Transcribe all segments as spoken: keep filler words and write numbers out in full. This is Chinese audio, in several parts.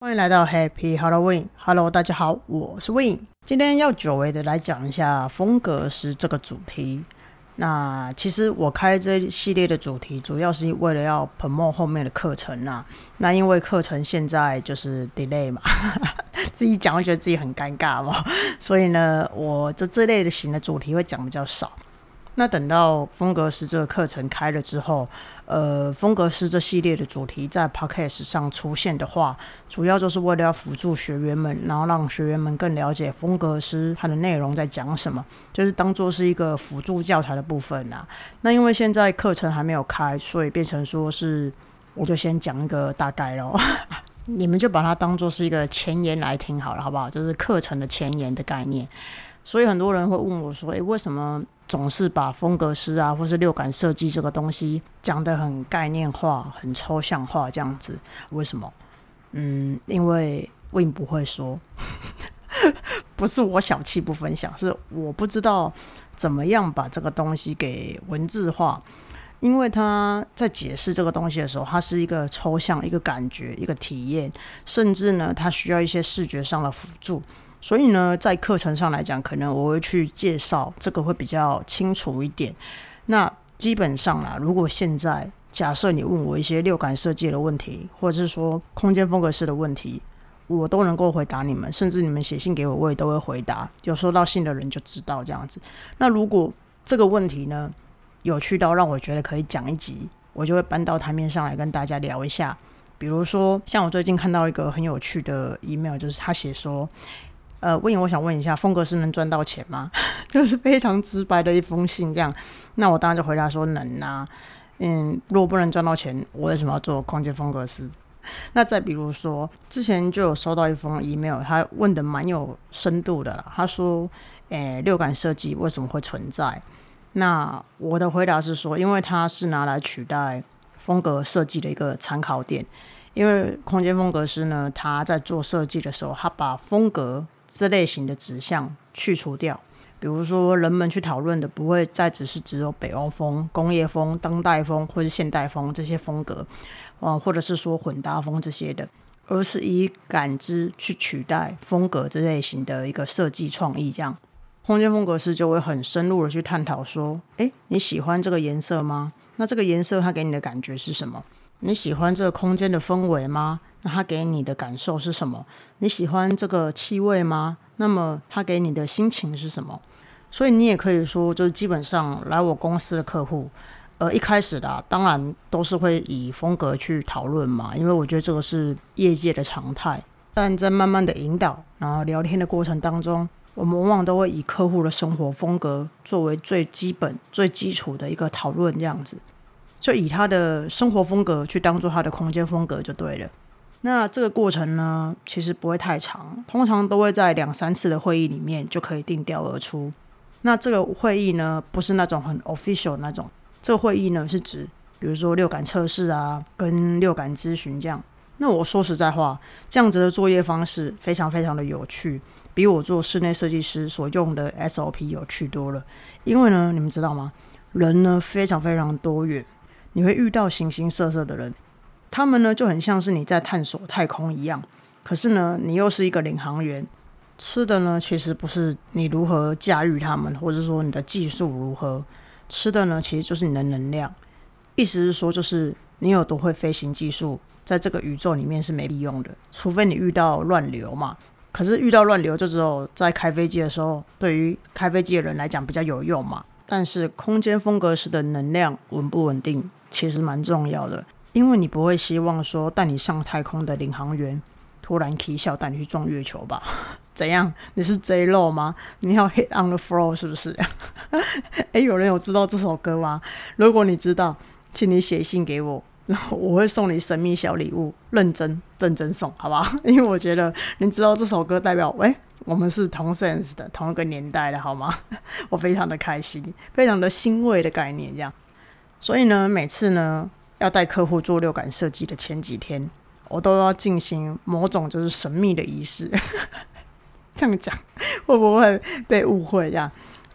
欢迎来到 Happy Halloween。Hello， 大家好，我是 Win。今天要久违的来讲一下风格师这个主题。那其实我开这一系列的主题，主要是为了要 promote 后面的课程啊。那因为课程现在就是 delay 嘛，自己讲会觉得自己很尴尬嘛，所以呢，我这这类的型的主题会讲比较少。那等到风格师这个课程开了之后，呃，风格师这系列的主题在 podcast 上出现的话，主要就是为了要辅助学员们，然后让学员们更了解风格师它的内容在讲什么，就是当做是一个辅助教材的部分啊。那因为现在课程还没有开，所以变成说是我就先讲一个大概咯你们就把它当做是一个前言来听好了，好不好？就是课程的前言的概念。所以很多人会问我说，诶，为什么总是把风格师啊或是六感设计这个东西讲得很概念化很抽象化这样子，为什么？嗯，因为 Win 不会说不是我小气不分享，是我不知道怎么样把这个东西给文字化。因为他在解释这个东西的时候，它是一个抽象一个感觉一个体验，甚至呢它需要一些视觉上的辅助。所以呢，在课程上来讲，可能我会去介绍这个会比较清楚一点。那基本上啦，如果现在假设你问我一些六感设计的问题，或者是说空间风格式的问题，我都能够回答你们，甚至你们写信给我，我也都会回答。有收到信的人就知道这样子。那如果这个问题呢，有趣到让我觉得可以讲一集，我就会搬到台面上来跟大家聊一下。比如说，像我最近看到一个很有趣的 email， 就是他写说，呃，Win，我想问一下，风格师能赚到钱吗？就是非常直白的一封信这样。那我当然就回答说能啊。嗯，如果不能赚到钱，我为什么要做空间风格师？那再比如说，之前就有收到一封 email， 他问的蛮有深度的啦。他说，诶，六感设计为什么会存在？那我的回答是说，因为它是拿来取代风格设计的一个参考点。因为空间风格师呢，他在做设计的时候，他把风格这类型的指向去除掉。比如说人们去讨论的不会再只是只有北欧风、工业风、当代风或是现代风这些风格、呃、或者是说混搭风这些的，而是以感知去取代风格这类型的一个设计创意。这样空间风格师就会很深入的去探讨说，诶，你喜欢这个颜色吗？那这个颜色它给你的感觉是什么？你喜欢这个空间的氛围吗？那它给你的感受是什么？你喜欢这个气味吗？那么它给你的心情是什么？所以你也可以说，就是基本上来我公司的客户，呃，一开始啦，当然都是会以风格去讨论嘛，因为我觉得这个是业界的常态。但在慢慢的引导，然后聊天的过程当中，我们往往都会以客户的生活风格作为最基本、最基础的一个讨论，这样子。就以他的生活风格去当做他的空间风格就对了。那这个过程呢，其实不会太长，通常都会在两三次的会议里面就可以定调而出。那这个会议呢，不是那种很 official 那种，这个会议呢是指，比如说六感测试啊，跟六感咨询这样。那我说实在话，这样子的作业方式非常非常的有趣，比我做室内设计师所用的 S O P 有趣多了。因为呢，你们知道吗？人呢非常非常多元。你会遇到形形色色的人，他们呢就很像是你在探索太空一样，可是呢你又是一个领航员。吃的呢其实不是你如何驾驭他们，或者说你的技术如何，吃的呢其实就是你的能量。意思是说，就是你有多会飞行技术，在这个宇宙里面是没必用的，除非你遇到乱流嘛。可是遇到乱流就只有在开飞机的时候，对于开飞机的人来讲比较有用嘛。但是空间风格师的能量稳不稳定其实蛮重要的，因为你不会希望说带你上太空的领航员突然起笑带你去撞月球吧？怎样？你是 J-Lo 吗？你要 hit on the floor 是不是？诶，有人有知道这首歌吗？如果你知道，请你写信给我，然后我会送你神秘小礼物，认真认真送，好不好？因为我觉得你知道这首歌代表，喂，我们是同 sense 的，同一个年代的，好吗？我非常的开心，非常的欣慰的概念，这样。所以呢，每次呢要带客户做六感设计的前几天，我都要进行某种就是神秘的仪式。这样讲会不会被误会？这样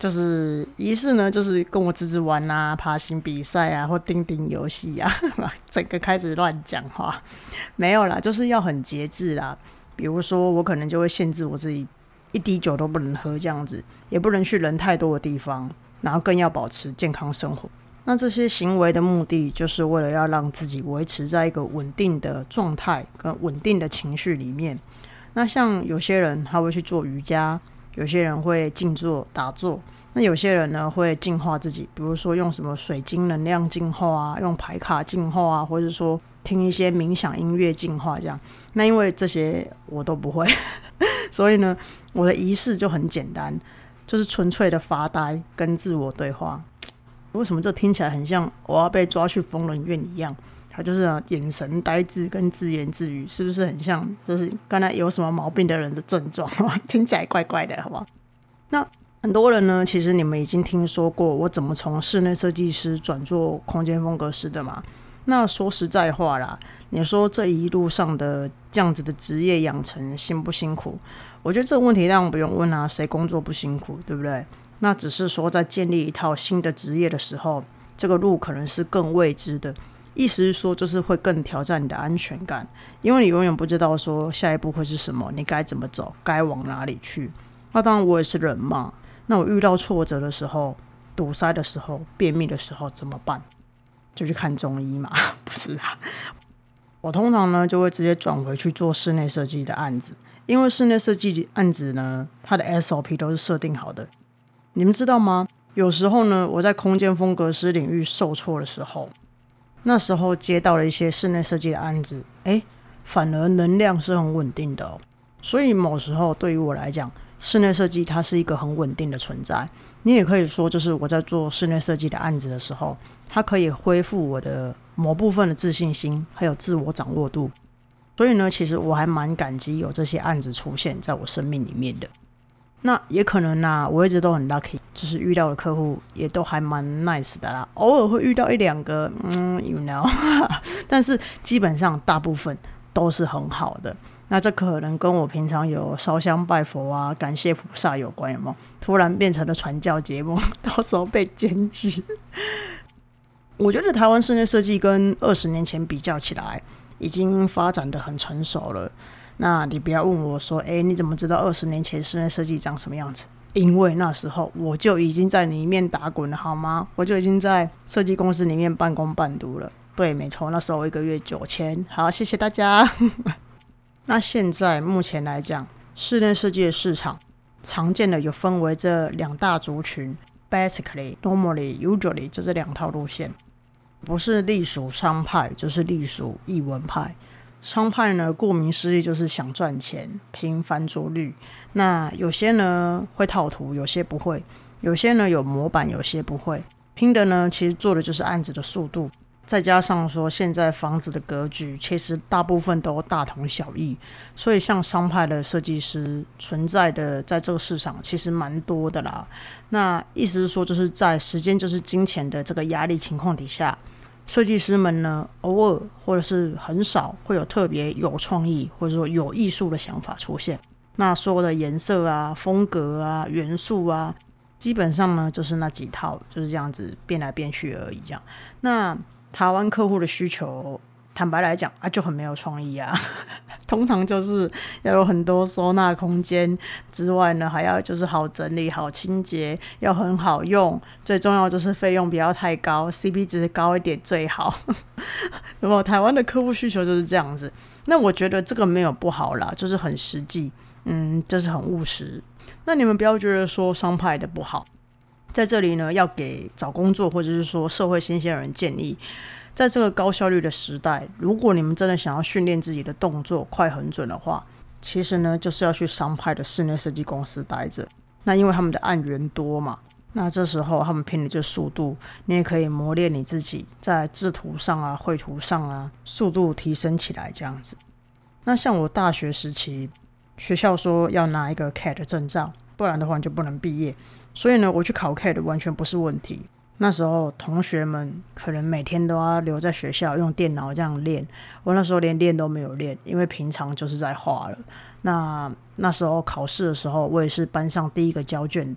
就是仪式呢，就是跟我侄子玩啊，爬行比赛啊，或钉钉游戏啊，整个开始乱讲话。没有啦，就是要很节制啦。比如说，我可能就会限制我自己，一滴酒都不能喝，这样子，也不能去人太多的地方，然后更要保持健康生活。那这些行为的目的，就是为了要让自己维持在一个稳定的状态跟稳定的情绪里面。那像有些人他会去做瑜伽，有些人会静坐打坐，那有些人呢会净化自己，比如说用什么水晶能量净化啊，用牌卡净化啊，或者说听一些冥想音乐净化这样。那因为这些我都不会所以呢我的仪式就很简单，就是纯粹的发呆跟自我对话。为什么这听起来很像我要被抓去疯人院一样？他就是、啊、眼神呆滞跟自言自语，是不是很像就是刚才有什么毛病的人的症状听起来怪怪的，好不好？那很多人呢，其实你们已经听说过我怎么从室内设计师转做空间风格师的嘛。那说实在话啦，你说这一路上的这样子的职业养成辛不辛苦？我觉得这个问题当然不用问啊，谁工作不辛苦，对不对？那只是说在建立一套新的职业的时候，这个路可能是更未知的，意思是说就是会更挑战你的安全感，因为你永远不知道说下一步会是什么，你该怎么走，该往哪里去。那当然我也是人嘛，那我遇到挫折的时候，堵塞的时候，便秘的时候怎么办？就去看中医嘛不是啊，我通常呢就会直接转回去做室内设计的案子，因为室内设计案子呢，它的 S O P 都是设定好的。你们知道吗？有时候呢，我在空间风格师领域受挫的时候，那时候接到了一些室内设计的案子，诶，反而能量是很稳定的哦。所以某时候对于我来讲，室内设计它是一个很稳定的存在。你也可以说，就是我在做室内设计的案子的时候，它可以恢复我的某部分的自信心，还有自我掌握度。所以呢，其实我还蛮感激有这些案子出现在我生命里面的。那也可能啊，我一直都很 lucky， 就是遇到的客户也都还蛮 nice 的啦，偶尔会遇到一两个嗯 you know 但是基本上大部分都是很好的。那这可能跟我平常有烧香拜佛啊，感谢菩萨有关，有没有？突然变成了传教节目，到时候被检举。我觉得台湾室内设计跟二十年前比较起来，已经发展得很成熟了。那你不要问我说，哎，你怎么知道二十年前室内设计长什么样子？因为那时候我就已经在里面打滚了，好吗？我就已经在设计公司里面半工半读了。对，没错，那时候我一个月九千。好，谢谢大家。那现在目前来讲，室内设计的市场常见的有分为这两大族群 ，basically、normally、usually 就这两套路线，不是隶属商派，就是隶属艺文派。商派呢，顾名思义就是想赚钱，拼翻桌率。那有些呢会套图，有些不会；有些呢有模板，有些不会。拼的呢，其实做的就是案子的速度，再加上说现在房子的格局，其实大部分都大同小异。所以像商派的设计师存在的在这个市场其实蛮多的啦。那意思是说，就是在时间就是金钱的这个压力情况底下，设计师们呢，偶尔或者是很少会有特别有创意或者说有艺术的想法出现。那所有的颜色啊、风格啊、元素啊，基本上呢就是那几套，就是这样子变来变去而已。这样，那台湾客户的需求，坦白来讲啊，就很没有创意啊。通常就是要有很多收纳空间之外呢，还要就是好整理、好清洁，要很好用，最重要就是费用不要太高 ，C P 值高一点最好。那么台湾的客户需求就是这样子。那我觉得这个没有不好啦，就是很实际，嗯，就是很务实。那你们不要觉得说商派的不好，在这里呢，要给找工作或者是说社会新鲜人建议。在这个高效率的时代，如果你们真的想要训练自己的动作快很准的话，其实呢就是要去商派的室内设计公司待着。那因为他们的案源多嘛，那这时候他们拼的就是速度，你也可以磨练你自己在制图上啊、绘图上啊，速度提升起来这样子。那像我大学时期，学校说要拿一个 C A D 证照，不然的话你就不能毕业，所以呢我去考 C A D 完全不是问题。那时候同学们可能每天都要留在学校用电脑这样练，我那时候连练都没有练，因为平常就是在画了。那那时候考试的时候，我也是班上第一个交卷的，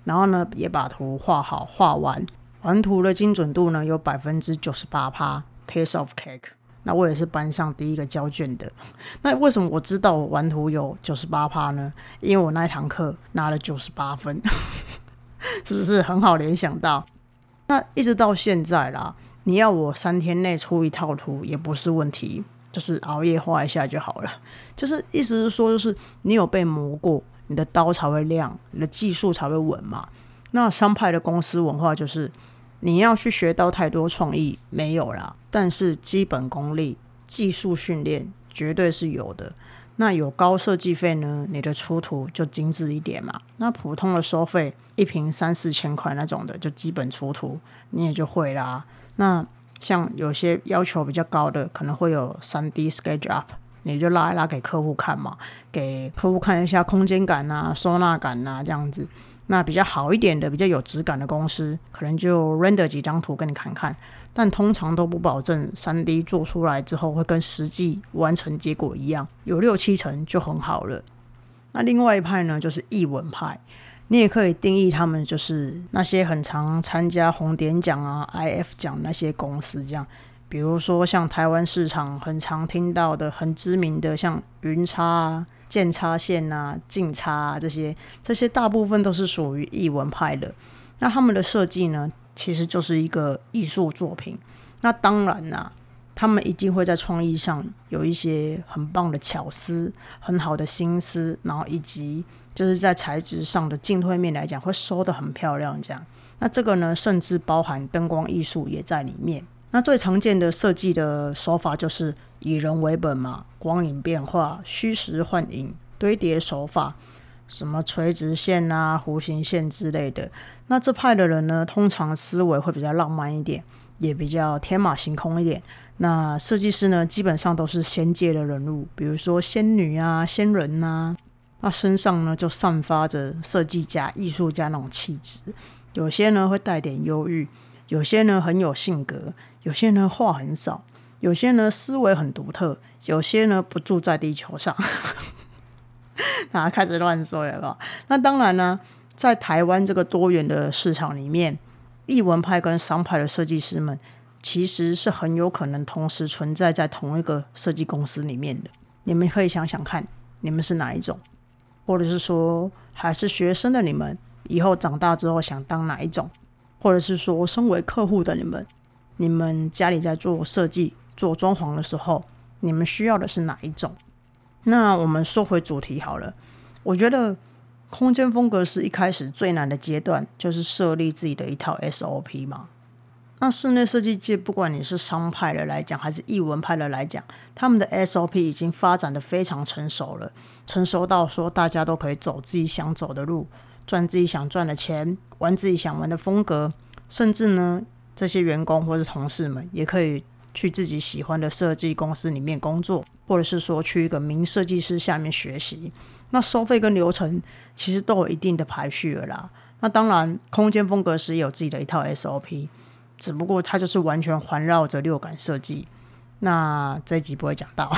然后呢也把图画好画完，完图的精准度呢有 百分之九十八 piece of cake。 那我也是班上第一个交卷的。那为什么我知道我完图有 百分之九十八 呢？因为我那一堂课拿了九十八分是不是很好联想到？那一直到现在啦，你要我三天内出一套图也不是问题，就是熬夜画一下就好了。就是意思是说，就是你有被磨过，你的刀才会亮，你的技术才会稳嘛。那商派的公司文化就是你要去学到太多创意没有啦，但是基本功力、技术训练绝对是有的。那有高设计费呢，你的出图就精致一点嘛。那普通的收费一瓶三四千块那种的，就基本出图你也就会啦。那像有些要求比较高的，可能会有 三 D SketchUp， 你就拉一拉给客户看嘛，给客户看一下空间感啊、收纳感啊这样子。那比较好一点的、比较有质感的公司，可能就 render 几张图给你看看，但通常都不保证 三 D 做出来之后会跟实际完成结果一样，有六七成就很好了。那另外一派呢，就是艺文派，你也可以定义他们就是那些很常参加红点奖啊、I F 奖那些公司这样。比如说像台湾市场很常听到的、很知名的，像云插啊、剑插线啊、劲插啊，这些这些大部分都是属于艺文派的。那他们的设计呢，其实就是一个艺术作品。那当然啦、啊，他们一定会在创意上有一些很棒的巧思、很好的心思，然后以及就是在材质上的进退面来讲，会收得很漂亮这样。那这个呢，甚至包含灯光艺术也在里面。那最常见的设计的手法就是以人为本嘛，光影变化、虚实幻影、堆叠手法，什么垂直线啊、弧形线之类的。那这派的人呢，通常思维会比较浪漫一点，也比较天马行空一点。那设计师呢，基本上都是仙界的人物，比如说仙女啊、仙人啊，那身上呢就散发着设计家、艺术家那种气质。有些呢会带点忧郁，有些呢很有性格，有些呢话很少，有些呢思维很独特，有些呢不住在地球上大家开始乱说了吧？那当然呢，在台湾这个多元的市场里面，艺文派跟商派的设计师们其实是很有可能同时存在在同一个设计公司里面的。你们可以想想看，你们是哪一种？或者是说还是学生的你们以后长大之后想当哪一种？或者是说身为客户的你们，你们家里在做设计、做装潢的时候，你们需要的是哪一种？那我们说回主题好了。我觉得空间风格师一开始最难的阶段就是设立自己的一套 S O P 嘛。那室内设计界不管你是商派的来讲还是艺文派的来讲，他们的 S O P 已经发展的非常成熟了，成熟到说大家都可以走自己想走的路，赚自己想赚的钱，玩自己想玩的风格，甚至呢这些员工或是同事们也可以去自己喜欢的设计公司里面工作，或者是说去一个名设计师下面学习。那收费跟流程其实都有一定的排序了啦。那当然空间风格师也有自己的一套 S O P， 只不过它就是完全环绕着六感设计。那这一集不会讲到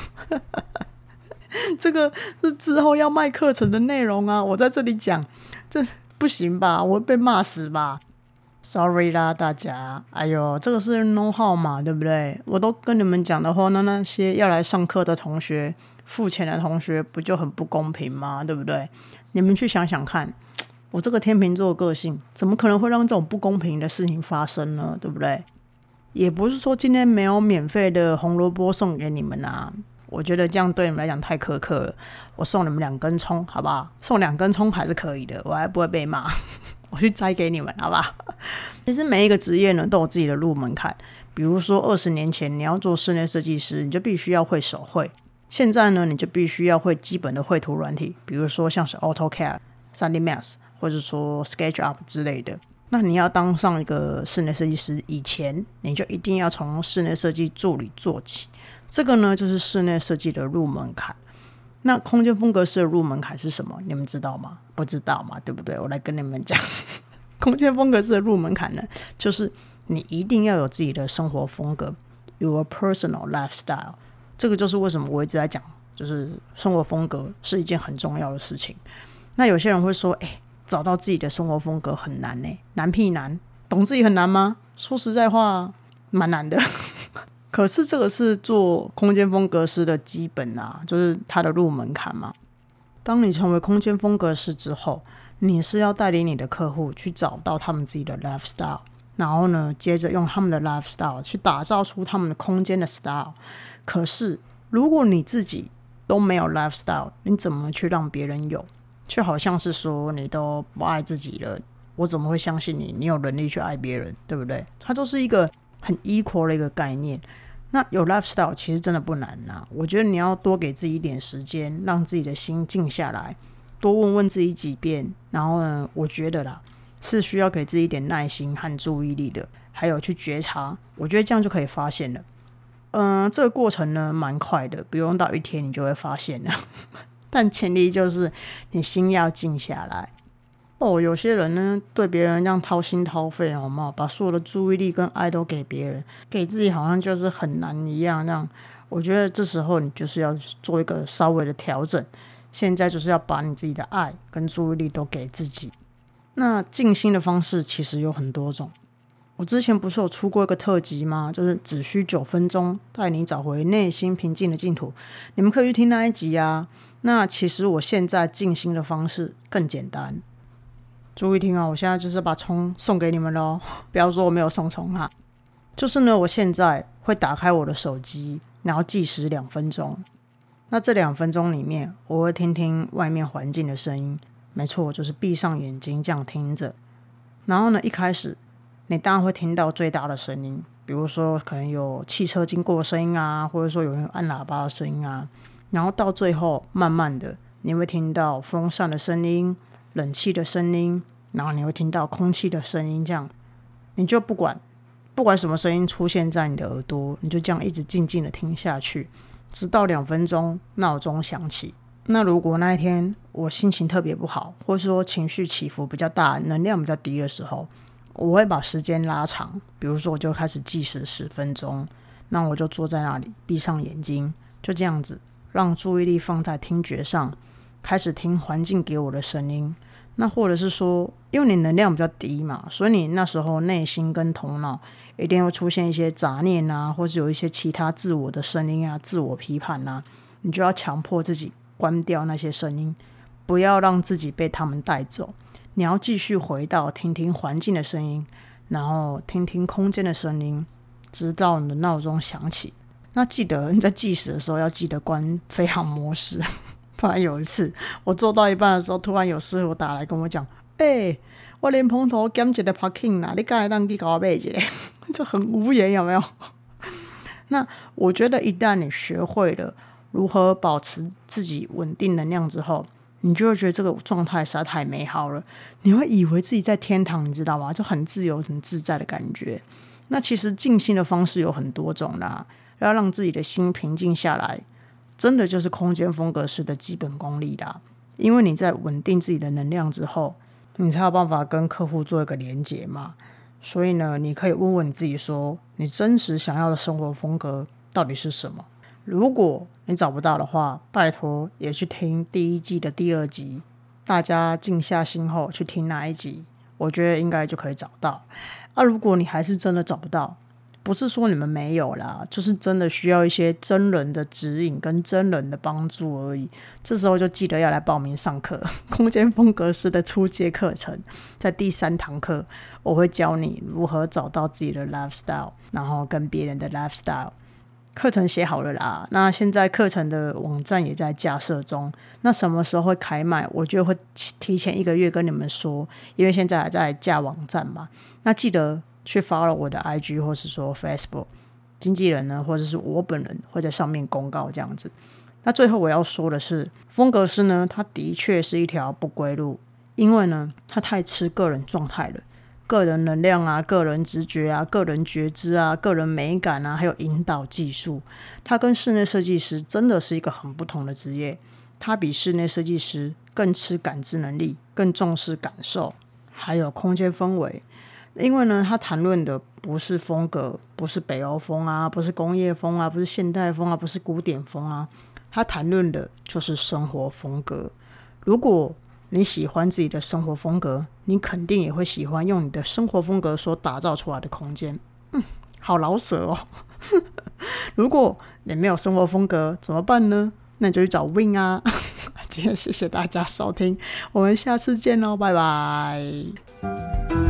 这个是之后要卖课程的内容啊，我在这里讲这不行吧，我会被骂死吧。Sorry 啦大家，哎呦，这个是 know how 嘛，对不对？我都跟你们讲的话，那那些要来上课的同学，付钱的同学不就很不公平吗？对不对？你们去想想看，我这个天秤座的个性怎么可能会让这种不公平的事情发生呢？对不对？也不是说今天没有免费的红萝卜送给你们啊，我觉得这样对你们来讲太苛刻了。我送你们两根葱好不好？送两根葱还是可以的，我还不会被骂我去摘给你们好不好？其实每一个职业呢都有自己的入门槛，比如说二十年前你要做室内设计师，你就必须要会手绘，现在呢你就必须要会基本的绘图软体，比如说像是 AutoCAD、三 D Max 或者说 SketchUp 之类的。那你要当上一个室内设计师以前，你就一定要从室内设计助理做起，这个呢就是室内设计的入门槛。那空间风格师的入门槛是什么？你们知道吗？不知道嘛，对不对？我来跟你们讲空间风格师的入门槛呢，就是你一定要有自己的生活风格 Your personal lifestyle。 这个就是为什么我一直在讲，就是生活风格是一件很重要的事情。那有些人会说，哎， 找到自己的生活风格很难呢，难屁难。懂自己很难吗？说实在话，蛮难的。可是这个是做空间风格师的基本啊，就是它的入门槛嘛。当你成为空间风格师之后，你是要带领你的客户去找到他们自己的 lifestyle， 然后呢，接着用他们的 lifestyle 去打造出他们的空间的 style。可是如果你自己都没有 lifestyle， 你怎么去让别人有？就好像是说你都不爱自己了，我怎么会相信你？你有能力去爱别人，对不对？它就是一个很 equal 的一个概念。那有 lifestyle 其实真的不难啊，我觉得你要多给自己一点时间，让自己的心静下来，多问问自己几遍。然后呢，我觉得啦，是需要给自己一点耐心和注意力的，还有去觉察。我觉得这样就可以发现了。嗯、呃，这个过程呢蛮快的，不用到一天你就会发现了。但前提就是你心要静下来。哦，有些人呢对别人这样掏心掏肺，好不好？把所有的注意力跟爱都给别人，给自己好像就是很难一样。这样，我觉得这时候你就是要做一个稍微的调整。现在就是要把你自己的爱跟注意力都给自己。那静心的方式其实有很多种。我之前不是有出过一个特辑吗？就是只需九分钟带你找回内心平静的净土，你们可以去听那一集啊。那其实我现在静心的方式更简单，注意听哦，我现在就是把葱送给你们咯，不要说我没有送葱哈。就是呢，我现在会打开我的手机，然后计时两分钟。那这两分钟里面，我会听听外面环境的声音，没错，就是闭上眼睛这样听着。然后呢，一开始你当然会听到最大的声音，比如说可能有汽车经过的声音啊，或者说有人按喇叭的声音啊。然后到最后慢慢的你会听到风扇的声音、冷气的声音，然后你会听到空气的声音，这样你就不管不管什么声音出现在你的耳朵，你就这样一直静静的听下去，直到两分钟闹钟响起。那如果那一天我心情特别不好，或是说情绪起伏比较大、能量比较低的时候，我会把时间拉长，比如说我就开始计时十分钟，那我就坐在那里闭上眼睛，就这样子让注意力放在听觉上，开始听环境给我的声音。那或者是说因为你能量比较低嘛，所以你那时候内心跟头脑一定会出现一些杂念啊，或是有一些其他自我的声音啊、自我批判啊，你就要强迫自己关掉那些声音，不要让自己被他们带走。你要继续回到听听环境的声音，然后听听空间的声音，直到你的闹钟响起。那记得你在计时的时候要记得关飞行模式，不然有一次我做到一半的时候，突然有师傅打来跟我讲：“哎、欸，我莲蓬头减一个 parking 啦，你刚才当去给我买一个。”这很无言，有没有？那我觉得一旦你学会了如何保持自己稳定能量之后，你就会觉得这个状态实在太美好了，你会以为自己在天堂，你知道吗？就很自由很自在的感觉。那其实静心的方式有很多种啦，要让自己的心平静下来，真的就是空间风格师的基本功力啦。因为你在稳定自己的能量之后，你才有办法跟客户做一个连结嘛。所以呢，你可以问问你自己说，你真实想要的生活风格到底是什么？如果你找不到的话，拜托也去听第一季的第二集，大家静下心后去听那一集，我觉得应该就可以找到。啊，如果你还是真的找不到，不是说你们没有啦，就是真的需要一些真人的指引跟真人的帮助而已。这时候就记得要来报名上课，空间风格师的初阶课程，在第三堂课我会教你如何找到自己的 lifestyle， 然后跟别人的 lifestyle。课程写好了啦，那现在课程的网站也在架设中，那什么时候会开卖，我就会提前一个月跟你们说，因为现在还在架网站嘛。那记得去 follow 我的 I G 或是说 Facebook， 经纪人呢或者是我本人会在上面公告这样子。那最后我要说的是，风格师呢，它的确是一条不归路，因为呢它太吃个人状态了，个人能量啊、个人直觉啊、个人觉知啊、个人美感啊，还有引导技术，它跟室内设计师真的是一个很不同的职业。它比室内设计师更吃感知能力，更重视感受，还有空间氛围。因为呢，他谈论的不是风格，不是北欧风啊，不是工业风啊，不是现代风啊，不是古典风啊，他谈论的就是生活风格。如果你喜欢自己的生活风格，你肯定也会喜欢用你的生活风格所打造出来的空间。嗯，好老舍哦。如果你没有生活风格怎么办呢？那你就去找 Win 啊。今天谢谢大家收听，我们下次见咯，拜拜。